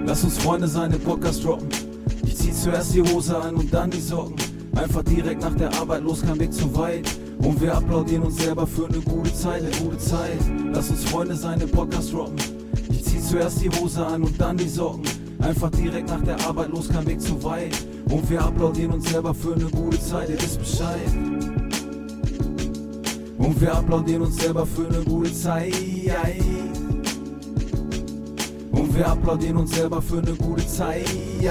Lass uns Freunde sein, den Podcast droppen. Ich zieh zuerst die Hose an und dann die Socken. Einfach direkt nach der Arbeit los, kein Weg zu weit. Und wir applaudieren uns selber für eine gute Zeit, eine gute Zeit. Lass uns Freunde sein, den Podcast droppen. Ich zieh zuerst die Hose an und dann die Socken. Einfach direkt nach der Arbeit los, kein Weg zu weit. Und wir applaudieren uns selber für eine gute Zeit, ihr wisst Bescheid. Und wir applaudieren uns selber für eine gute Zeit. Und wir applaudieren uns selber für eine gute Zeit.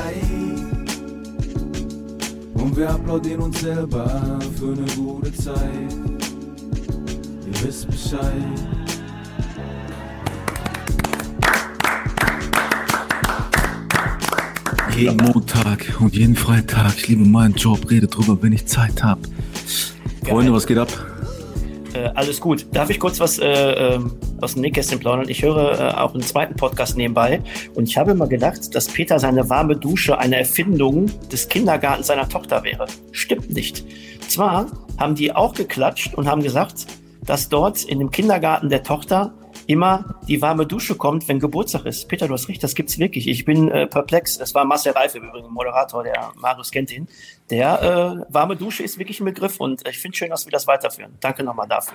Und wir applaudieren uns selber für eine gute Zeit. Ihr wisst Bescheid. Jeden Montag und jeden Freitag. Ich liebe meinen Job, rede drüber, wenn ich Zeit habe. Freunde, was geht ab? Alles gut. Darf ich kurz was aus dem Nähkästchen plaudern? Ich höre auch einen zweiten Podcast nebenbei und ich habe immer gedacht, dass Peter seine warme Dusche eine Erfindung des Kindergartens seiner Tochter wäre. Stimmt nicht. Zwar haben die auch geklatscht und haben gesagt, dass dort in dem Kindergarten der Tochter immer die warme Dusche kommt, wenn Geburtstag ist. Peter, du hast recht, das gibt's wirklich. Ich bin perplex. Das war Marcel Reif im Übrigen, Moderator, der Marius kennt ihn. Der warme Dusche ist wirklich ein Begriff und ich finde schön, dass wir das weiterführen. Danke nochmal dafür.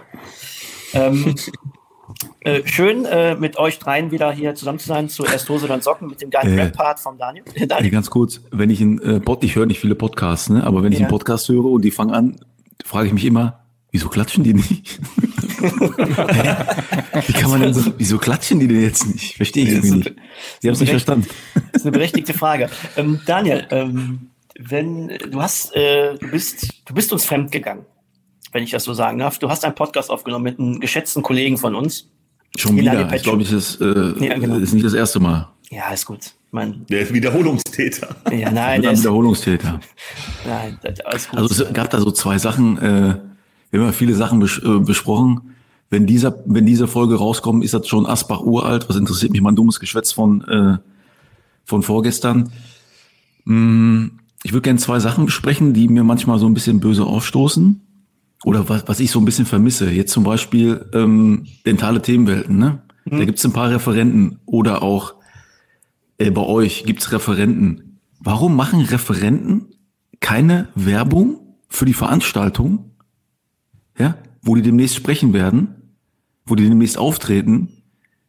Schön, mit euch dreien wieder hier zusammen zu sein, zuerst Hose, dann Socken, mit dem geilen Rap-Part von Daniel. Ganz kurz, wenn ich ich höre nicht viele Podcasts, ne? Aber wenn ich einen Podcast höre und die fangen an, frage ich mich immer, wieso klatschen die nicht? Wie kann man denn so, wieso klatschen die denn jetzt nicht? Verstehe ich irgendwie nicht. Sie haben es nicht verstanden. Das ist eine berechtigte Frage. Daniel, du bist uns fremd gegangen, wenn ich das so sagen darf. Du hast einen Podcast aufgenommen mit einem geschätzten Kollegen von uns. Schon wieder. Ich glaube, das ist nicht das erste Mal. Ja, ist gut. Der ist Wiederholungstäter. Ja, nein, der ist Wiederholungstäter. Nein, alles gut. Also es gab da so zwei Sachen. Wir haben ja viele Sachen besprochen. Wenn diese Folge rauskommt, ist das schon Asbach uralt. Was interessiert mich mein dummes Geschwätz von vorgestern? Ich würde gerne zwei Sachen besprechen, die mir manchmal so ein bisschen böse aufstoßen. Oder was ich so ein bisschen vermisse. Jetzt zum Beispiel dentale Themenwelten. Ne? Da gibt's ein paar Referenten. Oder auch bei euch gibt's Referenten. Warum machen Referenten keine Werbung für die Veranstaltung? Ja, wo die demnächst sprechen werden, wo die demnächst auftreten.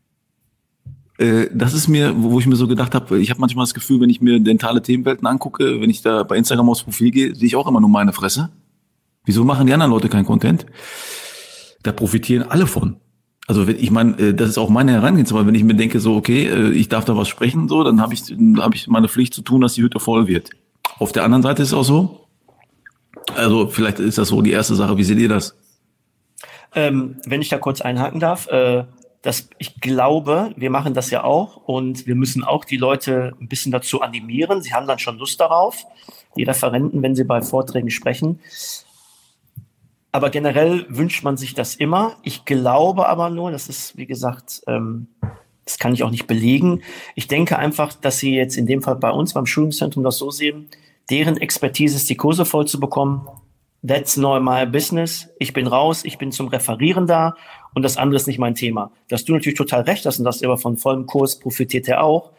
Das ist mir, wo ich mir so gedacht habe, ich habe manchmal das Gefühl, wenn ich mir dentale Themenwelten angucke, wenn ich da bei Instagram aufs Profil gehe, sehe ich auch immer nur meine Fresse. Wieso machen die anderen Leute keinen Content? Da profitieren alle von. Also ich meine, das ist auch meine Herangehensweise, wenn ich mir denke, so okay, ich darf da was sprechen, so, dann habe ich meine Pflicht zu tun, dass die Hütte voll wird. Auf der anderen Seite ist es auch so, also vielleicht ist das so die erste Sache. Wie seht ihr das? Wenn ich da kurz einhaken darf, ich glaube, wir machen das ja auch und wir müssen auch die Leute ein bisschen dazu animieren. Sie haben dann schon Lust darauf, die Referenten, wenn sie bei Vorträgen sprechen. Aber generell wünscht man sich das immer. Ich glaube aber nur, das ist, wie gesagt, das kann ich auch nicht belegen. Ich denke einfach, dass sie jetzt in dem Fall bei uns beim Schulungszentrum das so sehen, deren Expertise ist, die Kurse voll zu bekommen. That's not my business. Ich bin raus, ich bin zum Referieren da und das andere ist nicht mein Thema. Dass du natürlich total recht hast und dass aber von vollem Kurs profitiert er auch.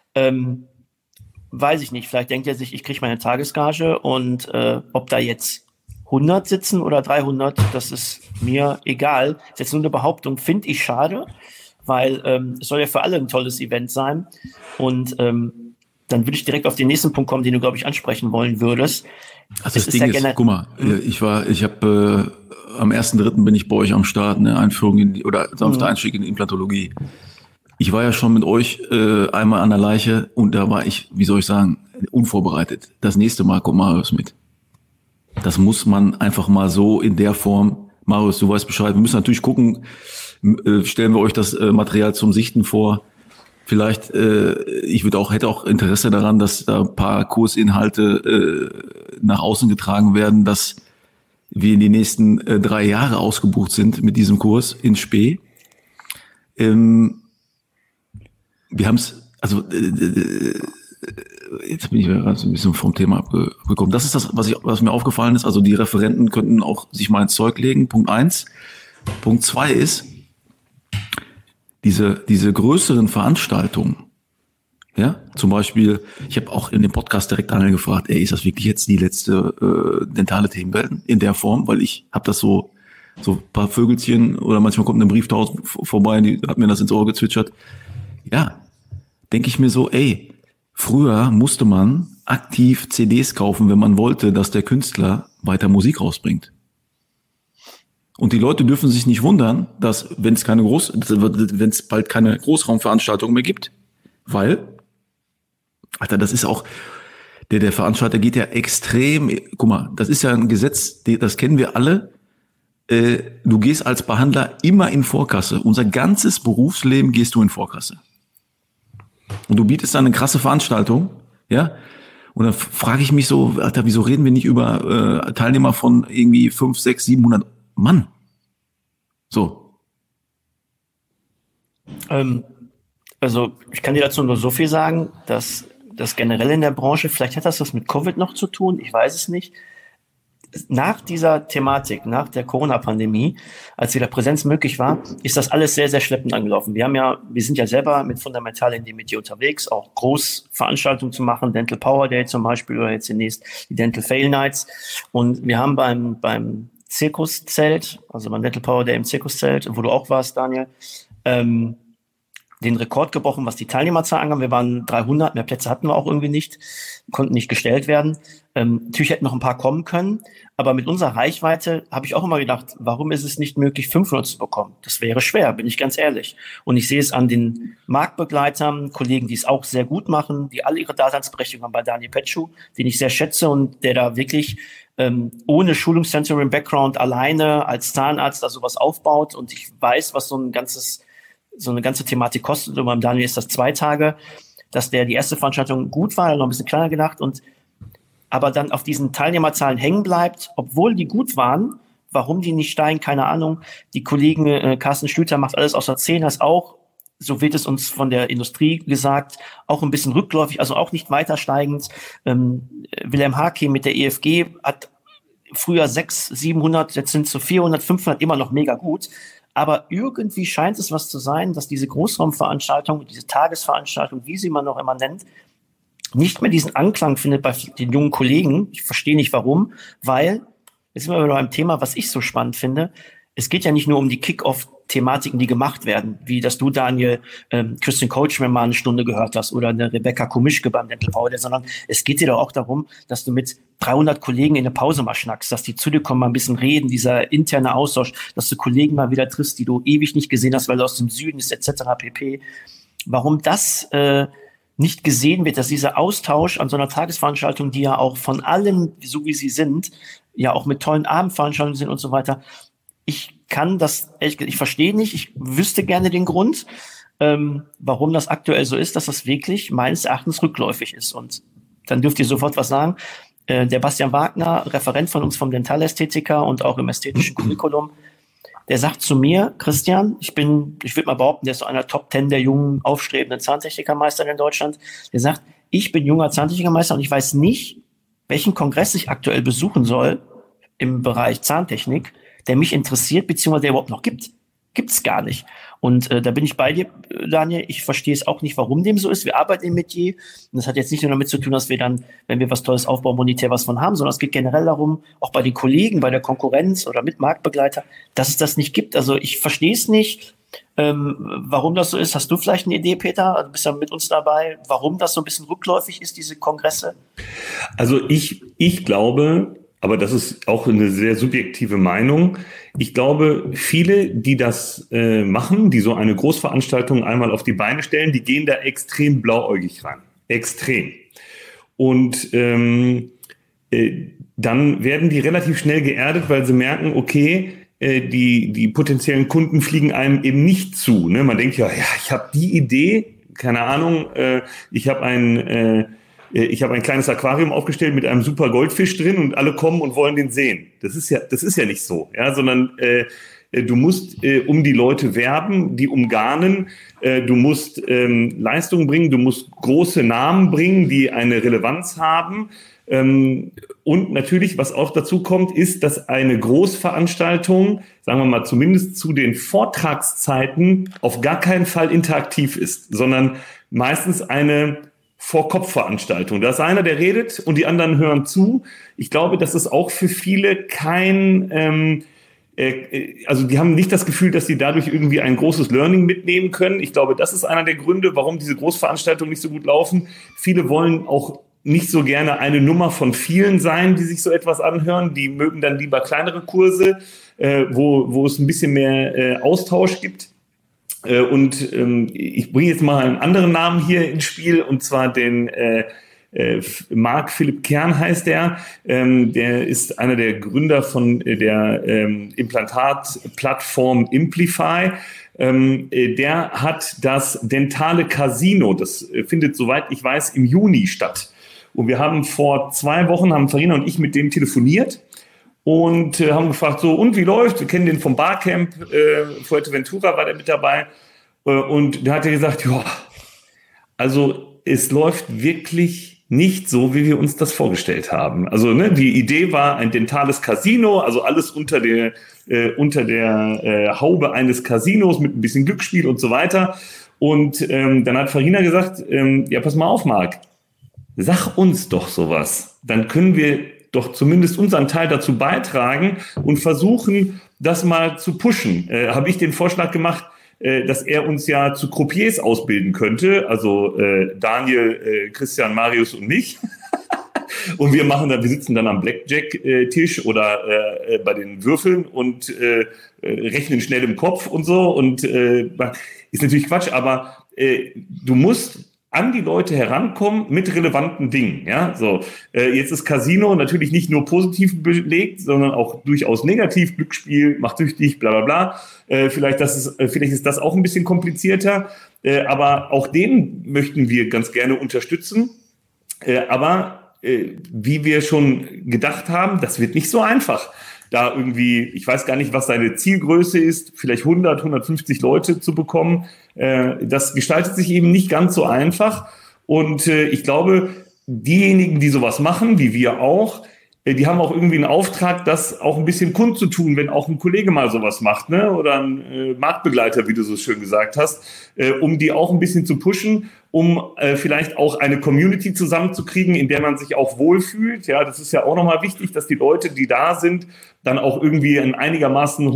Weiß ich nicht. Vielleicht denkt er sich, ich kriege meine Tagesgage und ob da jetzt 100 sitzen oder 300, das ist mir egal. Das ist jetzt nur eine Behauptung, finde ich schade, weil es soll ja für alle ein tolles Event sein und dann würde ich direkt auf den nächsten Punkt kommen, den du, glaube ich, ansprechen wollen würdest. Also das Ding ist, guck mal, ich habe am 1.3. bin ich bei euch am Start, ne, Einführung sanfter Einstieg in die Implantologie. Ich war ja schon mit euch einmal an der Leiche und da war ich, wie soll ich sagen, unvorbereitet. Das nächste Mal kommt Marius mit. Das muss man einfach mal so in der Form, Marius, du weißt Bescheid, wir müssen natürlich gucken, stellen wir euch das Material zum Sichten vor. Vielleicht, hätte auch Interesse daran, dass da ein paar Kursinhalte nach außen getragen werden, dass wir in die nächsten 3 Jahre ausgebucht sind mit diesem Kurs in Spee. Wir haben es, also jetzt bin ich ein bisschen vom Thema abgekommen. Das ist das, was mir aufgefallen ist. Also die Referenten könnten auch sich mal ins Zeug legen. Punkt 1. Punkt 2 ist, diese größeren Veranstaltungen, Ja, zum Beispiel, ich habe auch in dem Podcast direkt Daniel gefragt, ist das wirklich jetzt die letzte dentale Themenwelt in der Form? Weil ich habe das so ein paar Vögelchen oder manchmal kommt eine Brieftaube vorbei, die hat mir das ins Ohr gezwitschert. Ja, denke ich mir so, früher musste man aktiv CDs kaufen, wenn man wollte, dass der Künstler weiter Musik rausbringt. Und die Leute dürfen sich nicht wundern, dass wenn es bald keine Großraumveranstaltung mehr gibt, weil, Alter, das ist auch, der Veranstalter geht ja extrem, guck mal, das ist ja ein Gesetz, das kennen wir alle. Du gehst als Behandler immer in Vorkasse. Unser ganzes Berufsleben gehst du in Vorkasse. Und du bietest dann eine krasse Veranstaltung, ja? Und dann frage ich mich so, Alter, wieso reden wir nicht über Teilnehmer von irgendwie 500, 600, 700 Mann? So. Also ich kann dir dazu nur so viel sagen, dass das generell in der Branche, vielleicht hat das was mit Covid noch zu tun, ich weiß es nicht. Nach dieser Thematik, nach der Corona-Pandemie, als wieder Präsenz möglich war, ist das alles sehr, sehr schleppend angelaufen. Wir sind ja selber mit Fundamental in dem Metier unterwegs, auch Großveranstaltungen zu machen, Dental Power Day zum Beispiel oder jetzt demnächst die Dental Fail Nights. Und wir haben beim Zirkuszelt, also beim Dental Power Day im Zirkuszelt, wo du auch warst, Daniel, den Rekord gebrochen, was die Teilnehmerzahl angeht. Wir waren 300, mehr Plätze hatten wir auch irgendwie nicht, konnten nicht gestellt werden. Natürlich hätten noch ein paar kommen können, aber mit unserer Reichweite habe ich auch immer gedacht, warum ist es nicht möglich, 500 zu bekommen? Das wäre schwer, bin ich ganz ehrlich. Und ich sehe es an den Marktbegleitern, Kollegen, die es auch sehr gut machen, die alle ihre Daseinsberechtigung haben, bei Daniel Petschu, den ich sehr schätze und der da wirklich ohne Schulungszentrum im Background alleine als Zahnarzt da sowas aufbaut. Und ich weiß, was so eine ganze Thematik kostet. Und beim Daniel ist das 2 Tage, dass die erste Veranstaltung gut war, noch ein bisschen kleiner gedacht aber dann auf diesen Teilnehmerzahlen hängen bleibt, obwohl die gut waren. Warum die nicht steigen, keine Ahnung. Die Kollegen Carsten Schlüter macht alles außer 10, ist auch, so wird es uns von der Industrie gesagt, auch ein bisschen rückläufig, also auch nicht weiter steigend. Wilhelm Hakim mit der EFG hat früher 600, 700, jetzt sind es so 400, 500 immer noch mega gut. Aber irgendwie scheint es was zu sein, dass diese Großraumveranstaltung, diese Tagesveranstaltung, wie sie man noch immer nennt, nicht mehr diesen Anklang findet bei den jungen Kollegen. Ich verstehe nicht warum, weil, jetzt sind wir noch ein Thema, was ich so spannend finde. Es geht ja nicht nur um die Kick-Off-Thematiken, die gemacht werden, wie dass du, Daniel, Christian Coachman mal eine Stunde gehört hast oder eine Rebecca Komischke beim Dental Power Day, sondern es geht dir doch auch darum, dass du mit 300 Kollegen in der Pause mal schnackst, dass die zu dir kommen, mal ein bisschen reden, dieser interne Austausch, dass du Kollegen mal wieder triffst, die du ewig nicht gesehen hast, weil du aus dem Süden bist, etc. pp. Warum das nicht gesehen wird, dass dieser Austausch an so einer Tagesveranstaltung, die ja auch von allen, so wie sie sind, ja auch mit tollen Abendveranstaltungen sind und so weiter. Ich verstehe nicht, ich wüsste gerne den Grund, warum das aktuell so ist, dass das wirklich meines Erachtens rückläufig ist. Und dann dürft ihr sofort was sagen. Der Bastian Wagner, Referent von uns vom Dentalästhetiker und auch im ästhetischen Curriculum, der sagt zu mir, Christian, ich würde mal behaupten, der ist so einer Top 10 der jungen, aufstrebenden Zahntechnikermeister in Deutschland. Der sagt, ich bin junger Zahntechnikermeister und ich weiß nicht, welchen Kongress ich aktuell besuchen soll im Bereich Zahntechnik, der mich interessiert, beziehungsweise der überhaupt noch gibt. Gibt's gar nicht. Und da bin ich bei dir, Daniel. Ich verstehe es auch nicht, warum dem so ist. Wir arbeiten im Metier. Und das hat jetzt nicht nur damit zu tun, dass wir dann, wenn wir was Tolles aufbauen, monetär was von haben, sondern es geht generell darum, auch bei den Kollegen, bei der Konkurrenz oder mit Marktbegleiter, dass es das nicht gibt. Also ich verstehe es nicht, warum das so ist. Hast du vielleicht eine Idee, Peter? Du bist ja mit uns dabei. Warum das so ein bisschen rückläufig ist, diese Kongresse? Also ich glaube, aber das ist auch eine sehr subjektive Meinung. Ich glaube, viele, die das machen, die so eine Großveranstaltung einmal auf die Beine stellen, die gehen da extrem blauäugig ran. Extrem. Und dann werden die relativ schnell geerdet, weil sie merken, okay, die potenziellen Kunden fliegen einem eben nicht zu. Ne? Man denkt ja, ich habe die Idee, keine Ahnung, ich habe ein kleines Aquarium aufgestellt mit einem super Goldfisch drin und alle kommen und wollen den sehen. Das ist ja nicht so, ja, sondern du musst um die Leute werben, die umgarnen, du musst Leistungen bringen, du musst große Namen bringen, die eine Relevanz haben. Und natürlich, was auch dazu kommt, ist, dass eine Großveranstaltung, sagen wir mal zumindest zu den Vortragszeiten, auf gar keinen Fall interaktiv ist, sondern meistens eine Vor-Kopf-Veranstaltung. Da ist einer, der redet und die anderen hören zu. Ich glaube, das ist auch für viele also die haben nicht das Gefühl, dass sie dadurch irgendwie ein großes Learning mitnehmen können. Ich glaube, das ist einer der Gründe, warum diese Großveranstaltungen nicht so gut laufen. Viele wollen auch nicht so gerne eine Nummer von vielen sein, die sich so etwas anhören. Die mögen dann lieber kleinere Kurse, wo es ein bisschen mehr Austausch gibt. Ich bringe jetzt mal einen anderen Namen hier ins Spiel, und zwar den Marc Philipp Kern heißt der. Der ist einer der Gründer von der Implantatplattform Implify. Der hat das dentale Casino, das findet, soweit ich weiß, im Juni statt. Und wir haben vor 2 Wochen, haben Farina und ich mit dem telefoniert und haben gefragt, so, und wie läuft? Wir kennen den vom Barcamp, Fuerteventura war der mit dabei. Und da hat er gesagt, ja, also es läuft wirklich nicht so, wie wir uns das vorgestellt haben. Also die Idee war ein dentales Casino, also alles unter der Haube eines Casinos mit ein bisschen Glücksspiel und so weiter. Und dann hat Farina gesagt, ja, pass mal auf, Marc, sag uns doch sowas. Dann können wir doch zumindest unseren Teil dazu beitragen und versuchen, das mal zu pushen. Habe ich den Vorschlag gemacht, dass er uns ja zu Croupiers ausbilden könnte, also Daniel, Christian, Marius und mich. Und wir sitzen dann am Blackjack-Tisch oder bei den Würfeln und rechnen schnell im Kopf und so. Und ist natürlich Quatsch, aber du musst an die Leute herankommen mit relevanten Dingen. Ja, so jetzt ist Casino natürlich nicht nur positiv belegt, sondern auch durchaus negativ. Glücksspiel macht süchtig, bla bla bla. Vielleicht ist das auch ein bisschen komplizierter, aber auch den möchten wir ganz gerne unterstützen. Aber wie wir schon gedacht haben, das wird nicht so einfach. Da irgendwie, ich weiß gar nicht, was seine Zielgröße ist, vielleicht 100, 150 Leute zu bekommen. Das gestaltet sich eben nicht ganz so einfach. Und ich glaube, diejenigen, die sowas machen, wie wir auch, die haben auch irgendwie einen Auftrag, das auch ein bisschen kundzutun, wenn auch ein Kollege mal sowas macht, ne? Oder ein Marktbegleiter, wie du so schön gesagt hast, um die auch ein bisschen zu pushen, um vielleicht auch eine Community zusammenzukriegen, in der man sich auch wohlfühlt. Ja, das ist ja auch nochmal wichtig, dass die Leute, die da sind, dann auch irgendwie ein einigermaßen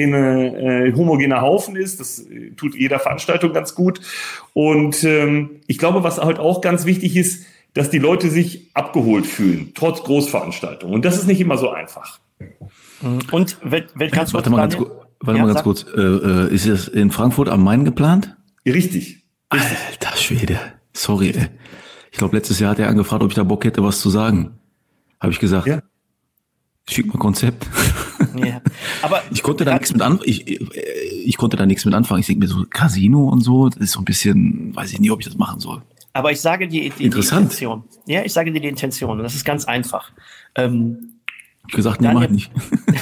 homogener Haufen ist. Das tut jeder Veranstaltung ganz gut. Und ich glaube, was halt auch ganz wichtig ist, dass die Leute sich abgeholt fühlen, trotz Großveranstaltungen. Und das ist nicht immer so einfach. Und warte mal ganz kurz. Ist es in Frankfurt am Main geplant? Richtig. Alter Schwede. Sorry, ey. Ich glaube, letztes Jahr hat er angefragt, ob ich da Bock hätte, was zu sagen. Habe ich gesagt. Ja. Schick mal Konzept. Ja. Aber ich konnte da nichts mit anfangen. Ich konnte da nichts mit anfangen. Ich denke mir so, Casino und so, das ist so ein bisschen, weiß ich nie, ob ich das machen soll. Aber ich sage dir die Intention. Ja, ich sage dir die Intention. Und das ist ganz einfach. Gesagt, nee, mach ich nicht.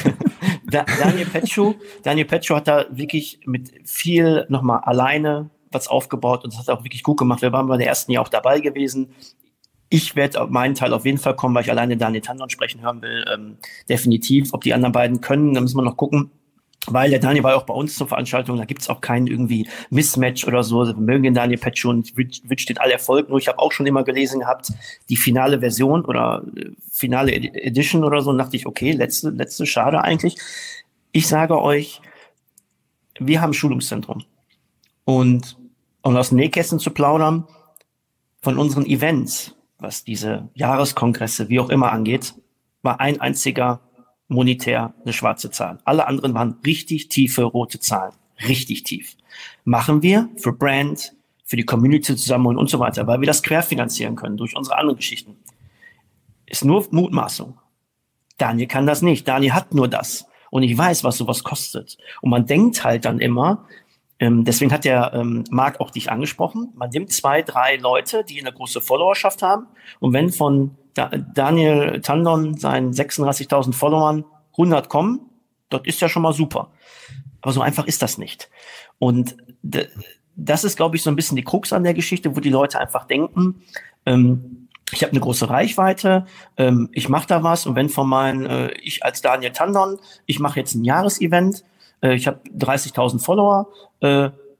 Daniel Petschow hat da wirklich mit viel nochmal alleine was aufgebaut und das hat er auch wirklich gut gemacht. Wir waren bei der ersten Jahr auch dabei gewesen. Ich werde meinen Teil auf jeden Fall kommen, weil ich alleine Daniel Tandon sprechen hören will. Definitiv. Ob die anderen beiden können, da müssen wir noch gucken. Weil der Daniel war ja auch bei uns zur Veranstaltung, da gibt's auch keinen irgendwie Mismatch oder so. Wir mögen den Daniel Petschow und wünscht den all Erfolg. Nur ich habe auch schon immer gelesen gehabt, die finale Version oder finale Edition oder so, und dachte ich, okay, letzte, schade eigentlich. Ich sage euch, wir haben ein Schulungszentrum. Und um aus Nähkästchen zu plaudern, von unseren Events, was diese Jahreskongresse, wie auch immer angeht, war ein einziger monetär eine schwarze Zahl. Alle anderen waren richtig tiefe rote Zahlen. Richtig tief. Machen wir für Brand, für die Community zusammen und so weiter, weil wir das querfinanzieren können durch unsere anderen Geschichten. Ist nur Mutmaßung. Daniel kann das nicht. Daniel hat nur das. Und ich weiß, was sowas kostet. Und man denkt halt dann immer, deswegen hat der Marc auch dich angesprochen, man nimmt 2, 3 Leute, die eine große Followerschaft haben. Und wenn von Daniel Tandon seinen 36.000 Followern 100 kommen, das ist ja schon mal super. Aber so einfach ist das nicht. Und das ist, glaube ich, so ein bisschen die Krux an der Geschichte, wo die Leute einfach denken, ich habe eine große Reichweite, ich mache da was und wenn ich als Daniel Tandon, ich mache jetzt ein Jahresevent, ich habe 30.000 Follower,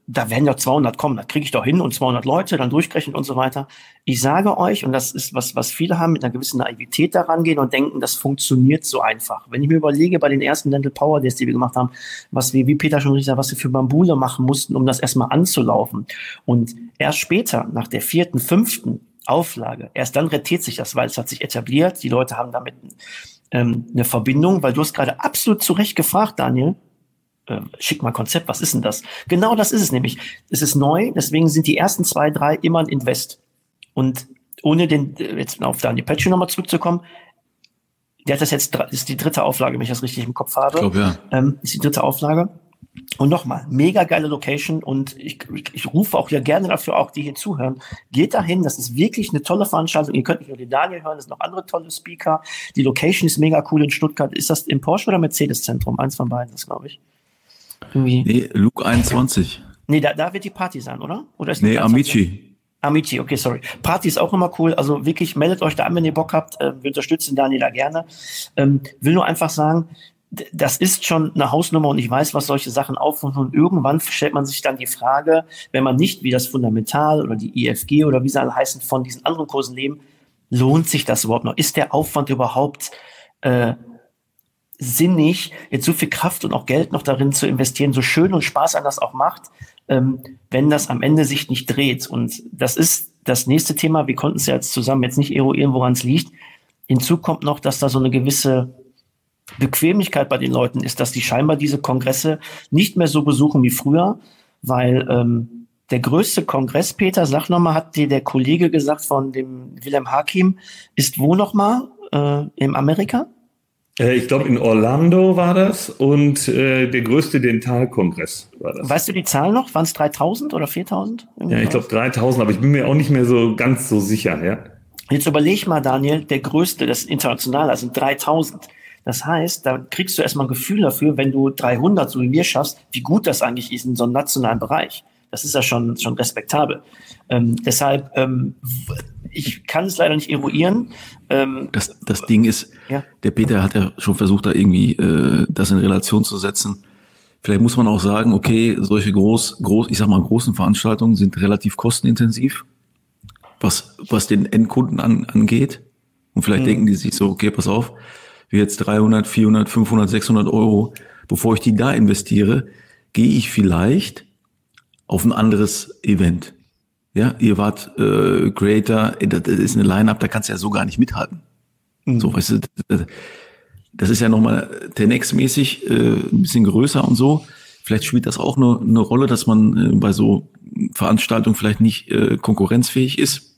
da werden ja 200 kommen, da kriege ich doch hin und 200 Leute, dann durchgerechnet und so weiter. Ich sage euch, und das ist was viele haben, mit einer gewissen Naivität daran gehen und denken, das funktioniert so einfach. Wenn ich mir überlege, bei den ersten Dental Power Days, die wir gemacht haben, wie Peter schon gesagt hat, was wir für Bambule machen mussten, um das erstmal anzulaufen. Und erst später, nach der 4., 5. Auflage, erst dann rentiert sich das, weil es hat sich etabliert, die Leute haben damit eine Verbindung, weil du hast gerade absolut zu Recht gefragt, Daniel, schick mal Konzept, was ist denn das? Genau das ist es nämlich. Es ist neu, deswegen sind die ersten 2, 3 immer ein Invest. Und ohne jetzt auf Daniel Petsche nochmal zurückzukommen, der hat das ist die 3. Auflage, wenn ich das richtig im Kopf habe. Ich glaube, ja. Ist die 3. Auflage. Und nochmal, mega geile Location und ich rufe auch ja gerne dafür, auch die hier zuhören, geht dahin, das ist wirklich eine tolle Veranstaltung, ihr könnt nicht nur den Daniel hören, es sind noch andere tolle Speaker, die Location ist mega cool in Stuttgart. Ist das im Porsche oder Mercedes-Zentrum? Eins von beiden, das glaube ich. Nee, Luke 21. Nee, da wird die Party sein, oder? Oder ist Amici. Amici, okay, sorry. Party ist auch immer cool, also wirklich meldet euch da an, wenn ihr Bock habt, wir unterstützen Daniel da gerne. Will nur einfach sagen, das ist schon eine Hausnummer und ich weiß, was solche Sachen aufrufen und irgendwann stellt man sich dann die Frage, wenn man nicht wie das Fundamental oder die IFG oder wie sie alle heißen, von diesen anderen Kursen leben, lohnt sich das überhaupt noch? Ist der Aufwand überhaupt sinnig, jetzt so viel Kraft und auch Geld noch darin zu investieren, so schön und Spaß an das auch macht, wenn das am Ende sich nicht dreht? Und das ist das nächste Thema, wir konnten es ja jetzt zusammen jetzt nicht eruieren, woran es liegt. Hinzu kommt noch, dass da so eine gewisse Bequemlichkeit bei den Leuten ist, dass die scheinbar diese Kongresse nicht mehr so besuchen wie früher, weil der größte Kongress, Peter, sag nochmal, hat dir der Kollege gesagt von dem Wilhelm Hakim, ist wo nochmal in Amerika? Ich glaube, in Orlando war das und der größte Dentalkongress war das. Weißt du die Zahl noch? Waren es 3.000 oder 4.000? Ja, ich glaube 3.000, aber ich bin mir auch nicht mehr so ganz so sicher. Ja. Jetzt überleg mal, Daniel, der größte, das internationale, sind 3.000. Das heißt, da kriegst du erstmal ein Gefühl dafür, wenn du 300, so wie wir schaffst, wie gut das eigentlich ist in so einem nationalen Bereich. Das ist ja schon respektabel. Deshalb, ich kann es leider nicht eruieren. Das Ding ist, ja. Der Peter hat ja schon versucht, da irgendwie das in Relation zu setzen. Vielleicht muss man auch sagen, okay, solche großen Veranstaltungen sind relativ kostenintensiv, was den Endkunden angeht. Und vielleicht denken die sich so, okay, pass auf, wie jetzt 300, 400, 500, 600 Euro, bevor ich die da investiere, gehe ich vielleicht auf ein anderes Event. Ja, ihr wart Creator, das ist eine Line-Up, da kannst du ja so gar nicht mithalten. So, weißt du, das ist ja nochmal 10x-mäßig, ein bisschen größer und so. Vielleicht spielt das auch eine Rolle, dass man bei so Veranstaltungen vielleicht nicht konkurrenzfähig ist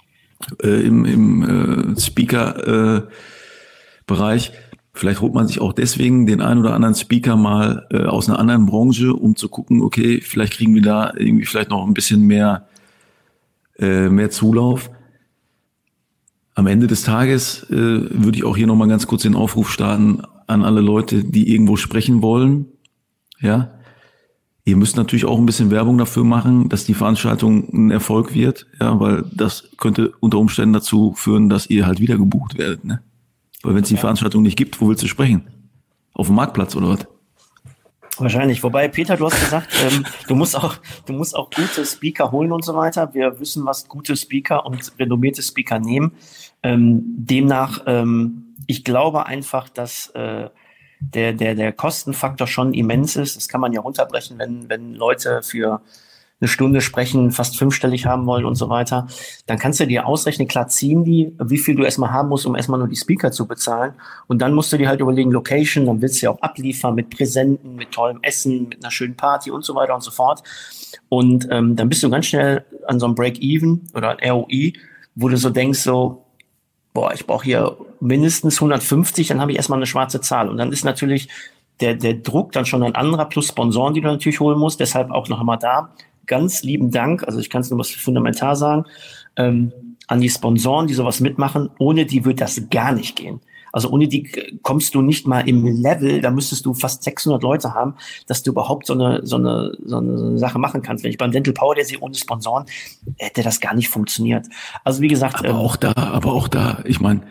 im Speaker-Bereich. Vielleicht holt man sich auch deswegen den einen oder anderen Speaker mal aus einer anderen Branche, um zu gucken, okay, vielleicht kriegen wir da irgendwie vielleicht noch ein bisschen mehr Zulauf. Am Ende des Tages würde ich auch hier nochmal ganz kurz den Aufruf starten an alle Leute, die irgendwo sprechen wollen. Ja, ihr müsst natürlich auch ein bisschen Werbung dafür machen, dass die Veranstaltung ein Erfolg wird. Ja, weil das könnte unter Umständen dazu führen, dass ihr halt wieder gebucht werdet, ne? Weil wenn es die Veranstaltung nicht gibt, wo willst du sprechen? Auf dem Marktplatz oder was? Wahrscheinlich. Wobei, Peter, du hast gesagt, du musst auch gute Speaker holen und so weiter. Wir wissen, was gute Speaker und renommierte Speaker nehmen. Demnach, ich glaube einfach, dass der Kostenfaktor schon immens ist. Das kann man ja runterbrechen, wenn Leute für eine Stunde sprechen, fast 5-stellig haben wollen und so weiter, dann kannst du dir ausrechnen, klar ziehen die, wie viel du erstmal haben musst, um erstmal nur die Speaker zu bezahlen. Und dann musst du dir halt überlegen, Location, dann willst du ja auch abliefern mit Präsenten, mit tollem Essen, mit einer schönen Party und so weiter und so fort. Und dann bist du ganz schnell an so einem Break-Even oder ein ROI, wo du so denkst, so, boah, ich brauche hier mindestens 150, dann habe ich erstmal eine schwarze Zahl. Und dann ist natürlich der Druck dann schon ein anderer, plus Sponsoren, die du natürlich holen musst. Deshalb auch noch einmal da. Ganz lieben Dank, also ich kann es nur was fundamental sagen, an die Sponsoren, die sowas mitmachen. Ohne die wird das gar nicht gehen. Also ohne die kommst du nicht mal im Level, da müsstest du fast 600 Leute haben, dass du überhaupt so eine Sache machen kannst. Wenn ich beim Dental Power Day sehe, ohne Sponsoren, hätte das gar nicht funktioniert. Also wie gesagt. Aber auch da, ich meine,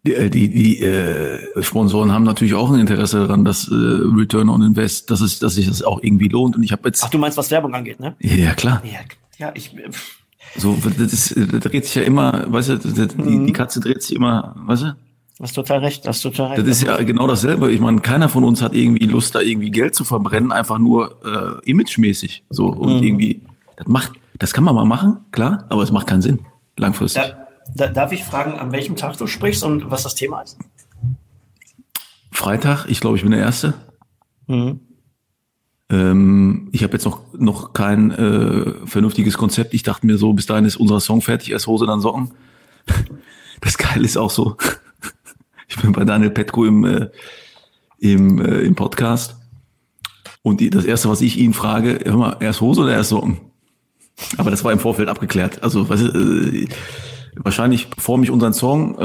Die Sponsoren haben natürlich auch ein Interesse daran, dass Return on Invest, dass sich das auch irgendwie lohnt. Und ich habe jetzt. Ach, du meinst, was Werbung angeht, ne? Ja, klar. Ja, so, das dreht sich ja immer, weißt du, die Katze dreht sich immer, weißt du? Hast total recht. Das ist ja genau dasselbe. Ich meine, keiner von uns hat irgendwie Lust, da irgendwie Geld zu verbrennen, einfach nur imagemäßig. So und irgendwie, das kann man mal machen, klar, aber es macht keinen Sinn, langfristig. Darf ich fragen, an welchem Tag du sprichst und was das Thema ist? Freitag, ich glaube, ich bin der Erste. Ich habe jetzt noch kein vernünftiges Konzept. Ich dachte mir so, bis dahin ist unser Song fertig, erst Hose, dann Socken. Das Geile ist auch so. Ich bin bei Daniel Petko im Podcast und das Erste, was ich ihn frage, hör mal, erst Hose oder erst Socken? Aber das war im Vorfeld abgeklärt. Also wahrscheinlich performe ich unseren Song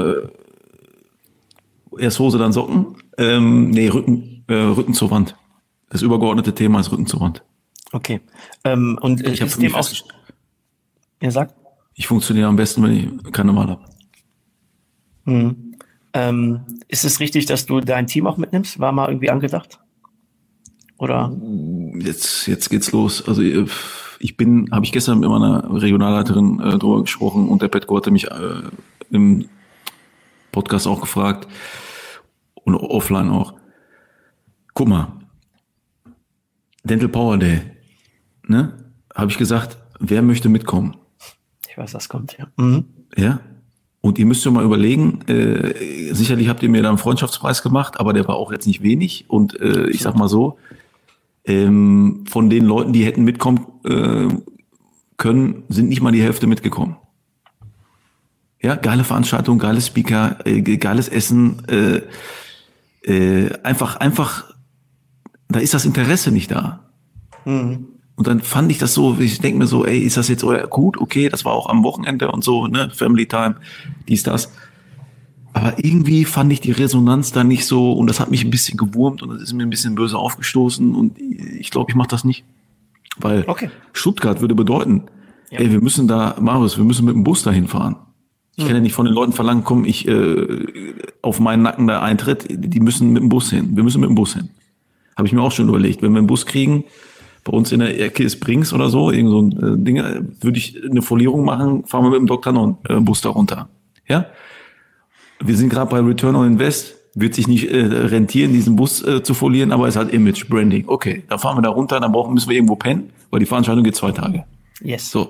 erst Hose, dann Socken. Rücken zur Wand. Das übergeordnete Thema ist Rücken zur Wand. Okay. Und ich habe dem auch. Ihr sagt? Ich funktioniere am besten, wenn ich keine Wahl habe. Ist es richtig, dass du dein Team auch mitnimmst? War mal irgendwie angedacht? Oder? Jetzt geht's los. Also habe ich gestern mit meiner Regionalleiterin drüber gesprochen und der Petko hatte mich im Podcast auch gefragt und offline auch. Guck mal, Dental Power Day, ne? Habe ich gesagt, wer möchte mitkommen? Ich weiß, das kommt, ja. Ja? Und ihr müsst ja mal überlegen, sicherlich habt ihr mir da einen Freundschaftspreis gemacht, aber der war auch jetzt nicht wenig. Und ich sag mal so, von den Leuten, die hätten mitkommen können, sind nicht mal die Hälfte mitgekommen. Ja, geile Veranstaltung, geile Speaker, geiles Essen, einfach, da ist das Interesse nicht da. Und dann fand ich das so, ich denke mir so, ey, ist das jetzt gut? Okay, das war auch am Wochenende und so, ne, Family Time, dies, das. Aber irgendwie fand ich die Resonanz da nicht so und das hat mich ein bisschen gewurmt und das ist mir ein bisschen böse aufgestoßen und ich glaube, ich mache das nicht. Weil Stuttgart würde bedeuten, ey, wir müssen mit dem Bus dahin fahren. Ich kann ja nicht von den Leuten verlangen, komm, ich auf meinen Nacken da Eintritt, die müssen mit dem Bus hin. Wir müssen mit dem Bus hin. Habe ich mir auch schon überlegt. Wenn wir einen Bus kriegen, bei uns in der Ecke ist Brings oder so, irgend so ein Ding, würde ich eine Folierung machen, fahren wir mit dem Dr. Non Bus da runter. Ja? Wir sind gerade bei Return on Invest, wird sich nicht rentieren, diesen Bus zu folieren, aber es hat Image, Branding. Okay, da fahren wir da runter, dann müssen wir irgendwo pennen, weil die Veranstaltung geht 2 Tage. Yes. So.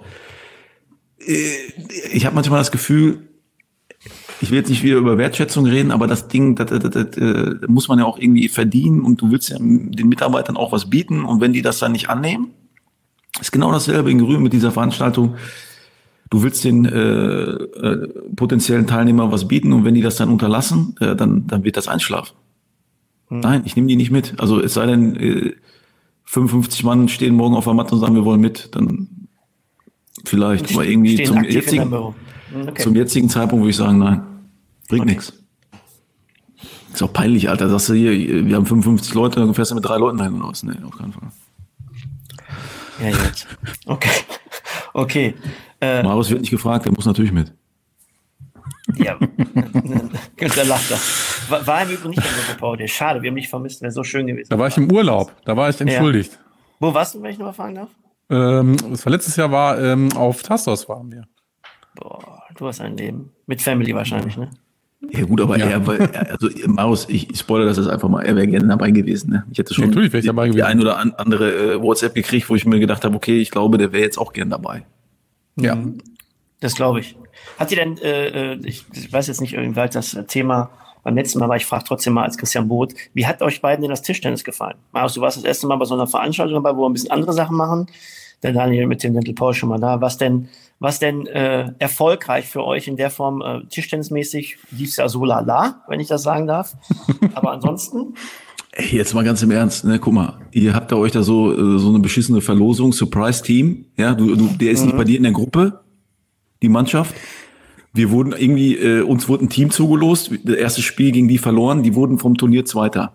Ich habe manchmal das Gefühl, ich will jetzt nicht wieder über Wertschätzung reden, aber das Ding, das muss man ja auch irgendwie verdienen und du willst ja den Mitarbeitern auch was bieten und wenn die das dann nicht annehmen, ist genau dasselbe in Grün mit dieser Veranstaltung. Du willst den potenziellen Teilnehmern was bieten und wenn die das dann unterlassen, dann wird das einschlafen. Nein, ich nehme die nicht mit. Also es sei denn, 55 Mann stehen morgen auf der Matte und sagen, wir wollen mit, dann vielleicht, aber irgendwie zum jetzigen Zeitpunkt würde ich sagen, nein, bringt nichts. Ist auch peinlich, Alter. Sagst du hier, wir haben 55 Leute, dann fährst du mit 3 Leuten dahin raus. Nee, auf keinen Fall. Ja, jetzt. Okay. Marius wird nicht gefragt, der muss natürlich mit. Ja, Günther lacht da. War im Übrigen nicht der Pause. Schade, wir haben dich vermisst, wäre so schön gewesen. Da war ich im Urlaub, da war ich entschuldigt. Ja. Wo warst du, wenn ich noch mal fragen darf? Das war letztes Jahr, auf Tastos waren wir. Boah, du hast ein Leben. Mit Family wahrscheinlich, ne? Ja gut, aber also Marius, ich spoilere das jetzt einfach mal, er wäre gerne dabei gewesen. Ne? Ich hätte schon die ein oder andere WhatsApp gekriegt, wo ich mir gedacht habe, okay, ich glaube, der wäre jetzt auch gern dabei. Ja. Das glaube ich. Hat sie denn, ich weiß jetzt nicht, irgendwie das Thema beim letzten Mal, aber ich frage trotzdem mal als Christian Both, wie hat euch beiden denn das Tischtennis gefallen? Marius, du warst das erste Mal bei so einer Veranstaltung dabei, wo wir ein bisschen andere Sachen machen. Der Daniel mit dem Dental Power schon mal da. Was denn erfolgreich für euch in der Form tischtennismäßig? Lief es ja so lala, wenn ich das sagen darf. Aber ansonsten? Ey, jetzt mal ganz im Ernst, ne? Guck mal, ihr habt da euch da so eine beschissene Verlosung, Surprise-Team. Ja, der ist nicht bei dir in der Gruppe, die Mannschaft. Wir wurden irgendwie, uns wurde ein Team zugelost. Das erste Spiel gegen die verloren. Die wurden vom Turnier Zweiter.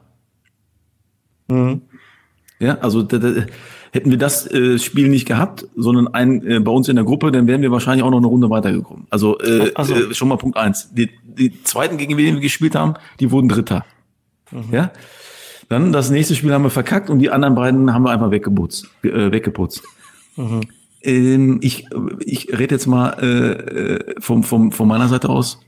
Ja, also hätten wir das Spiel nicht gehabt, sondern bei uns in der Gruppe, dann wären wir wahrscheinlich auch noch eine Runde weitergekommen. Also schon mal Punkt 1. die zweiten, gegen wen wir gespielt haben, die wurden Dritter. Ja? Dann das nächste Spiel haben wir verkackt und die anderen beiden haben wir einfach weggeputzt. Ich rede jetzt mal von meiner Seite aus.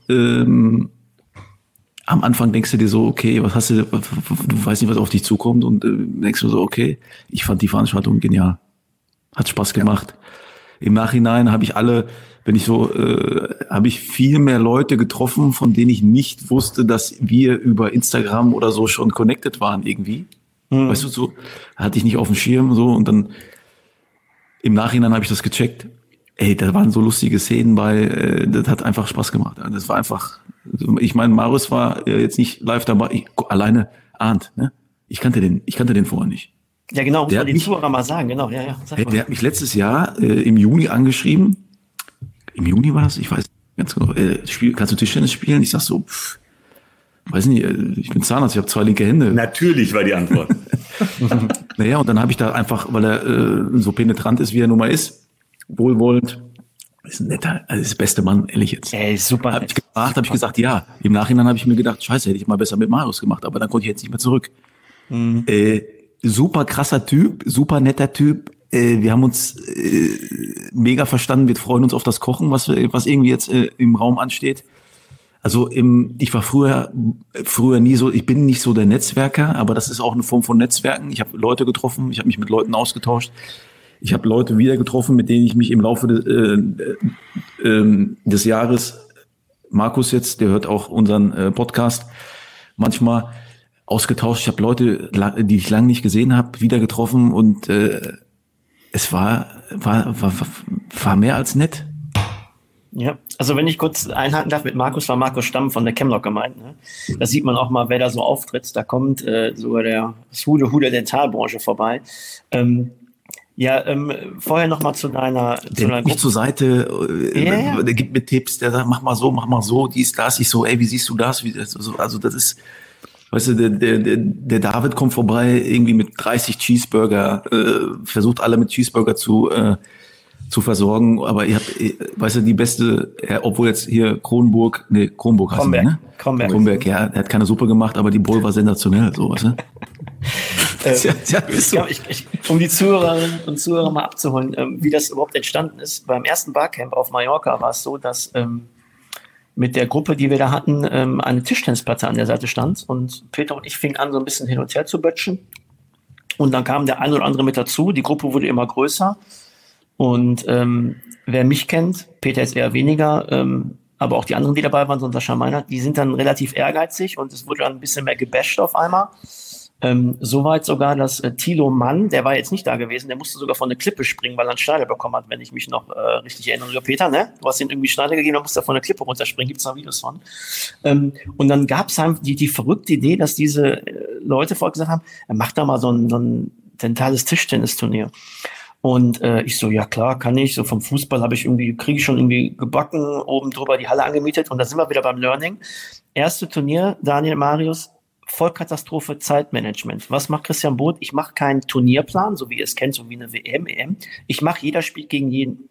Am Anfang denkst du dir so, okay, was hast du weißt nicht, was auf dich zukommt und denkst du so, okay, ich fand die Veranstaltung genial. Hat Spaß gemacht. Im Nachhinein habe ich viel mehr Leute getroffen, von denen ich nicht wusste, dass wir über Instagram oder so schon connected waren irgendwie. Weißt du, so hatte ich nicht auf dem Schirm so und dann im Nachhinein habe ich das gecheckt. Ey, da waren so lustige Szenen bei, das hat einfach Spaß gemacht. Das war einfach, ich meine, Marius war jetzt nicht live dabei, alleine Arndt, ne? Ich kannte den vorher nicht. Ja, genau, muss man den Zuhörer mal sagen, genau, ja. Der hat mich letztes Jahr im Juni angeschrieben. Im Juni war das? Ich weiß ganz genau. Kannst du Tischtennis spielen? Ich sag so, weiß nicht, ich bin Zahnarzt, ich habe 2 linke Hände. Natürlich war die Antwort. Naja, und dann habe ich da einfach, weil er so penetrant ist, wie er nun mal ist, wohlwollend, ist ein netter, also ist der beste Mann, ehrlich jetzt. Ey, super. Habe ich gesagt, ja. Im Nachhinein habe ich mir gedacht, scheiße, hätte ich mal besser mit Marius gemacht, aber dann konnte ich jetzt nicht mehr zurück. Super krasser Typ, super netter Typ. Wir haben uns mega verstanden. Wir freuen uns auf das Kochen, was irgendwie jetzt im Raum ansteht. Also ich war früher nie so, ich bin nicht so der Netzwerker, aber das ist auch eine Form von Netzwerken. Ich habe Leute getroffen, ich habe mich mit Leuten ausgetauscht. Ich habe Leute wieder getroffen, mit denen ich mich im Laufe des Jahres, Markus jetzt, der hört auch unseren Podcast, manchmal ausgetauscht. Ich habe Leute, die ich lange nicht gesehen habe, wieder getroffen und es war mehr als nett. Ja, also wenn ich kurz einhaken darf, mit Markus war Markus Stamm von der Chemlock gemeint. Ne? Da sieht man auch mal, wer da so auftritt. Da kommt sogar das Hude Dentalbranche vorbei. Vorher noch mal zu deiner mich zur Seite, der gibt mir Tipps, der sagt, mach mal so, dies, das. Ich so, ey, wie siehst du das? Also das ist, weißt du, der David kommt vorbei, irgendwie mit 30 Cheeseburger, versucht alle mit Cheeseburger zu versorgen, aber ihr habt, weißt du, die beste, obwohl jetzt hier Kronberg heißt er, ne? Kronberg, ja, er hat keine Suppe gemacht, aber die Bowl war sensationell, so, weißt du? Um die Zuhörerinnen und Zuhörer mal abzuholen, wie das überhaupt entstanden ist. Beim ersten Barcamp auf Mallorca war es so, dass mit der Gruppe, die wir da hatten, eine Tischtennisplatte an der Seite stand und Peter und ich fingen an, so ein bisschen hin und her zu bötschen und dann kam der eine oder andere mit dazu, die Gruppe wurde immer größer und wer mich kennt, Peter jetzt eher weniger, aber auch die anderen, die dabei waren, so Sascha Meinert, die sind dann relativ ehrgeizig und es wurde dann ein bisschen mehr gebasht auf einmal. Soweit sogar, dass Thilo Mann, der war jetzt nicht da gewesen, der musste sogar von der Klippe springen, weil er einen Schneider bekommen hat, wenn ich mich noch richtig erinnere. Peter, ne? Du hast ihm irgendwie Schneider gegeben, dann musste er von der Klippe runterspringen, gibt es noch Videos von. Und dann gab es halt die verrückte Idee, dass diese Leute vorher gesagt haben, mach da mal so ein dentales Tischtennisturnier. Und ich so, ja klar, kann ich. So vom Fußball kriege ich schon irgendwie gebacken, oben drüber die Halle angemietet und da sind wir wieder beim Learning. Erste Turnier, Daniel, Marius, Vollkatastrophe, Zeitmanagement. Was macht Christian Both? Ich mache keinen Turnierplan, so wie ihr es kennt, so wie eine WM, EM. Ich mache jeder Spiel gegen jeden.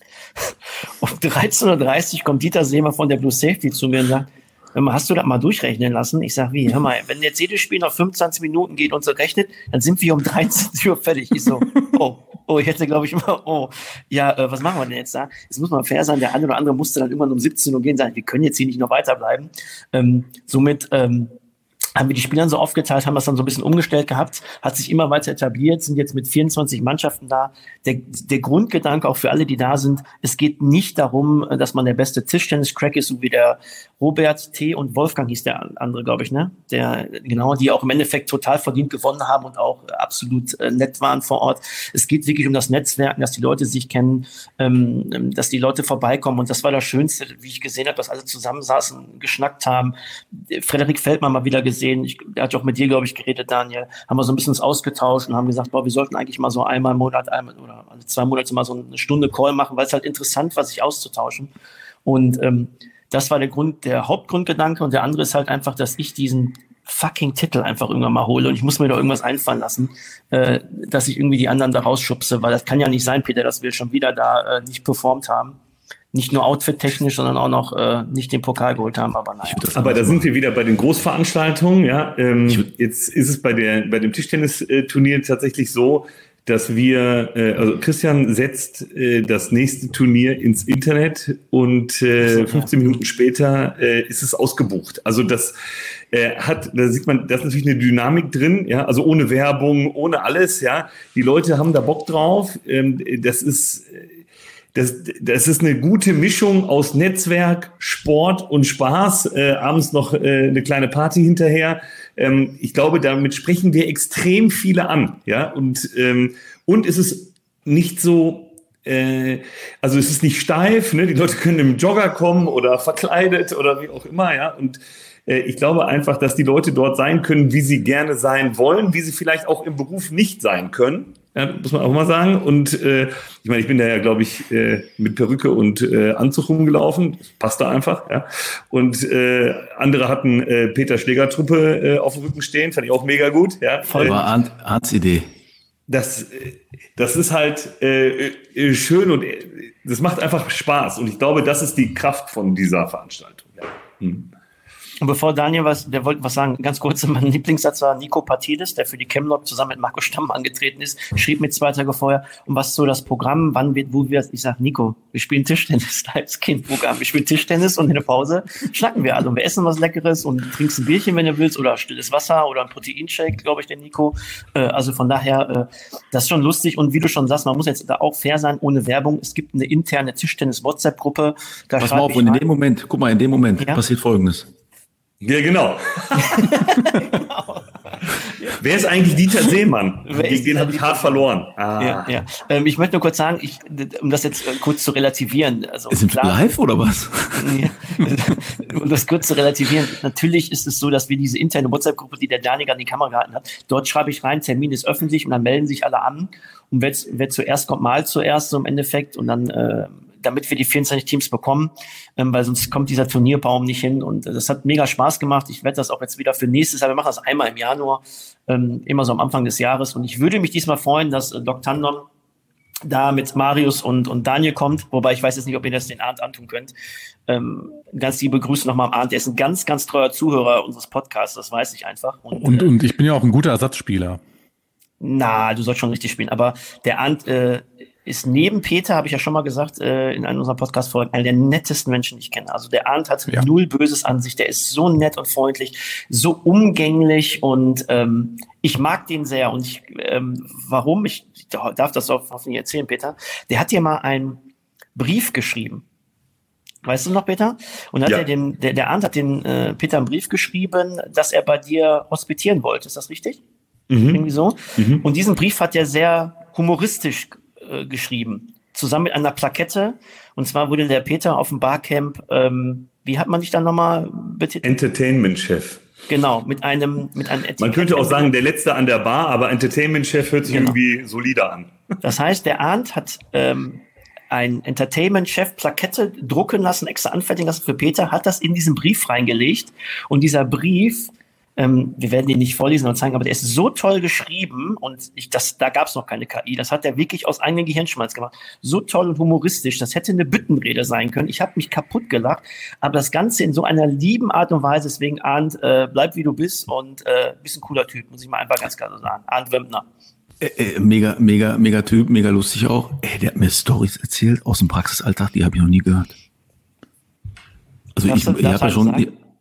Um 13:30 Uhr kommt Dieter Seemer von der Blue Safety zu mir und sagt, hör mal, hast du das mal durchrechnen lassen? Ich sage, wie? Hör mal, wenn jetzt jedes Spiel noch 25 Minuten geht und so rechnet, dann sind wir um 13 Uhr fertig. Ich so, ich hätte, glaube ich, immer, was machen wir denn jetzt da? Es muss mal fair sein, der eine oder andere musste dann irgendwann um 17 Uhr gehen und sagen, wir können jetzt hier nicht noch weiterbleiben. Somit haben wir die Spieler so aufgeteilt, haben das dann so ein bisschen umgestellt gehabt, hat sich immer weiter etabliert, sind jetzt mit 24 Mannschaften da. Der Grundgedanke auch für alle, die da sind, es geht nicht darum, dass man der beste Tischtennis-Crack ist, so wie der Robert T. und Wolfgang hieß der andere, glaube ich, ne? Die auch im Endeffekt total verdient gewonnen haben und auch absolut nett waren vor Ort. Es geht wirklich um das Netzwerken, dass die Leute sich kennen, dass die Leute vorbeikommen und das war das Schönste, wie ich gesehen habe, dass alle zusammensaßen, geschnackt haben. Frederik Feldmann mal wieder gesehen, der hat ja auch mit dir, glaube ich, geredet, Daniel, haben wir so ein bisschen ausgetauscht und haben gesagt, wir sollten eigentlich mal so einmal im Monat, oder alle 2 Monate mal so eine Stunde Call machen, weil es halt interessant war, sich auszutauschen. Und das war der Hauptgrundgedanke und der andere ist halt einfach, dass ich diesen fucking Titel einfach irgendwann mal hole und ich muss mir doch irgendwas einfallen lassen, dass ich irgendwie die anderen da rausschubse, weil das kann ja nicht sein, Peter, dass wir schon wieder da nicht performt haben. nicht nur outfit-technisch, sondern auch noch nicht den Pokal geholt haben. Aber naja. Aber da sind wir wieder bei den Großveranstaltungen. Ja, jetzt ist es bei dem Tischtennisturnier tatsächlich so, dass also Christian setzt das nächste Turnier ins Internet und 15 Minuten später ist es ausgebucht. Also da sieht man, da ist natürlich eine Dynamik drin, ja, also ohne Werbung, ohne alles, ja. Die Leute haben da Bock drauf. Das ist eine gute Mischung aus Netzwerk, Sport und Spaß. Abends noch eine kleine Party hinterher. Ich glaube, damit sprechen wir extrem viele an. Ja? Und es ist nicht so, also es ist nicht steif. Ne? Die Leute können im Jogger kommen oder verkleidet oder wie auch immer. Ja? Und ich glaube einfach, dass die Leute dort sein können, wie sie gerne sein wollen, wie sie vielleicht auch im Beruf nicht sein können. Ja, muss man auch mal sagen. Und ich meine, ich bin da ja, glaube ich, mit Perücke und Anzug rumgelaufen. Das passte einfach. Ja. Und andere hatten Peter Schlägertruppe auf dem Rücken stehen. Fand ich auch mega gut. Ja. Voll war Arndts Idee. Das ist halt schön und das macht einfach Spaß. Und ich glaube, das ist die Kraft von dieser Veranstaltung. Ja. Und bevor Daniel der wollte was sagen, ganz kurz, mein Lieblingssatz war Nico Patidis, der für die Chemnok zusammen mit Marco Stamm angetreten ist, schrieb mir 2 Tage vorher, und was so das Programm, ich sag, Nico, wir spielen Tischtennis, da ist kein Programm, wir spielen Tischtennis und in der Pause schnacken wir alle und wir essen was Leckeres und trinkst ein Bierchen, wenn du willst, oder stilles Wasser oder ein Proteinshake, glaube ich, der Nico. Also von daher, das ist schon lustig, und wie du schon sagst, man muss jetzt da auch fair sein, ohne Werbung. Es gibt eine interne Tischtennis-WhatsApp-Gruppe. Pass mal auf, und in dem Moment passiert Folgendes. Ja, genau. Wer ist eigentlich Dieter Seemann? Den habe ich hart verloren. Ja. Ich möchte nur kurz sagen, um das jetzt kurz zu relativieren. Also, sind wir live oder was? Ja, um das kurz zu relativieren. Natürlich ist es so, dass wir diese interne WhatsApp-Gruppe, die der Daniel an die Kamera gehalten hat, dort schreibe ich rein, Termin ist öffentlich, und dann melden sich alle an. Und wer zuerst kommt, mal zuerst, so im Endeffekt. Und dann damit wir die 24 Teams bekommen, weil sonst kommt dieser Turnierbaum nicht hin, und das hat mega Spaß gemacht. Ich werde das auch jetzt wieder für nächstes Jahr, wir machen das einmal im Januar, immer so am Anfang des Jahres, und ich würde mich diesmal freuen, dass Doc Tandon da mit Marius und Daniel kommt, wobei ich weiß jetzt nicht, ob ihr das den Arndt antun könnt. Ganz liebe Grüße nochmal am Arndt, der ist ein ganz, ganz treuer Zuhörer unseres Podcasts, das weiß ich einfach. Und ich bin ja auch ein guter Ersatzspieler. Na, du sollst schon richtig spielen, aber der Arndt ist neben Peter, habe ich ja schon mal gesagt, in einem unserer Podcast-Folgen, einer der nettesten Menschen, die ich kenne. Also der Arndt hat null Böses an sich, der ist so nett und freundlich, so umgänglich, und ich mag den sehr. Und warum? Ich darf das auch hoffentlich erzählen, Peter. Der hat dir mal einen Brief geschrieben. Weißt du noch, Peter? Und hat der Arndt hat den Peter einen Brief geschrieben, dass er bei dir hospitieren wollte. Ist das richtig? Irgendwie so. Und diesen Brief hat er sehr humoristisch geschrieben, zusammen mit einer Plakette. Und zwar wurde der Peter auf dem Barcamp, wie hat man dich dann nochmal betitelt? Entertainment-Chef. Genau, mit einem Etikett. Man könnte auch sagen, der Letzte an der Bar, aber Entertainment-Chef hört sich irgendwie solider an. Das heißt, der Arndt hat ein Entertainment-Chef-Plakette drucken lassen, extra anfertigen lassen für Peter, hat das in diesen Brief reingelegt, und dieser Brief, wir werden ihn nicht vorlesen und zeigen, aber der ist so toll geschrieben, und da gab es noch keine KI, das hat er wirklich aus eigenem Gehirnschmalz gemacht. So toll und humoristisch, das hätte eine Büttenrede sein können. Ich habe mich kaputt gelacht, aber das Ganze in so einer lieben Art und Weise, deswegen Arndt, bleib wie du bist, und bist ein cooler Typ, muss ich mal einfach ganz klar so sagen. Arndt Wempner. Mega Typ, mega lustig auch. Der hat mir Storys erzählt aus dem Praxisalltag, die habe ich noch nie gehört. Also ich habe ja schon...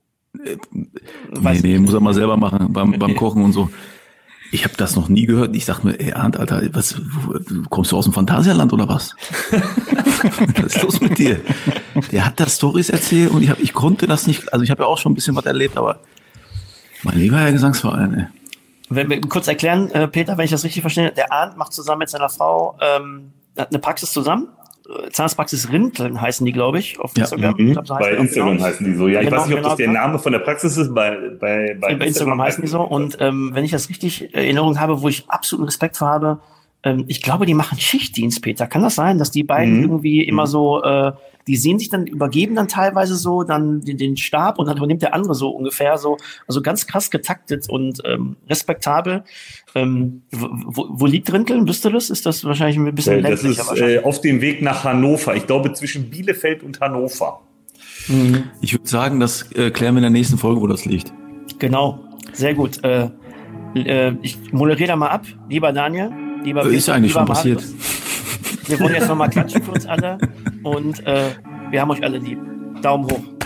Nee, muss er mal selber machen, beim Kochen und so. Ich habe das noch nie gehört. Ich dachte mir, Arndt, Alter, kommst du aus dem Phantasialand oder was? Was ist los mit dir? Der hat da Storys erzählt, und ich konnte das nicht, also ich habe ja auch schon ein bisschen was erlebt, aber mein lieber Herr Gesangsverein, ey. Wenn wir kurz erklären, Peter, wenn ich das richtig verstehe, der Arndt macht zusammen mit seiner Frau hat eine Praxis zusammen. Zahnarztpraxis Rinteln heißen die, glaube ich, auf Instagram. Bei Instagram heißen die so. Ja, ich weiß nicht, ob das der Name von der Praxis ist. Bei Instagram heißen die so. Und wenn ich das richtig in Erinnerung habe, wo ich absoluten Respekt vor habe, Ich glaube, die machen Schichtdienst, Peter. Kann das sein, dass die beiden irgendwie immer so, die sehen sich dann, übergeben dann teilweise so dann den Stab und dann übernimmt der andere so ungefähr so, also ganz krass getaktet und respektabel. Wo liegt Rinteln? Wisst ihr das? Ist das wahrscheinlich ein bisschen ländlicher? Das ist auf dem Weg nach Hannover. Ich glaube, zwischen Bielefeld und Hannover. Ich würde sagen, das klären wir in der nächsten Folge, wo das liegt. Genau, sehr gut. Ich moderiere da mal ab, lieber Daniel. Ist eigentlich schon passiert. Wir wollen jetzt nochmal klatschen für uns alle und wir haben euch alle lieb. Daumen hoch.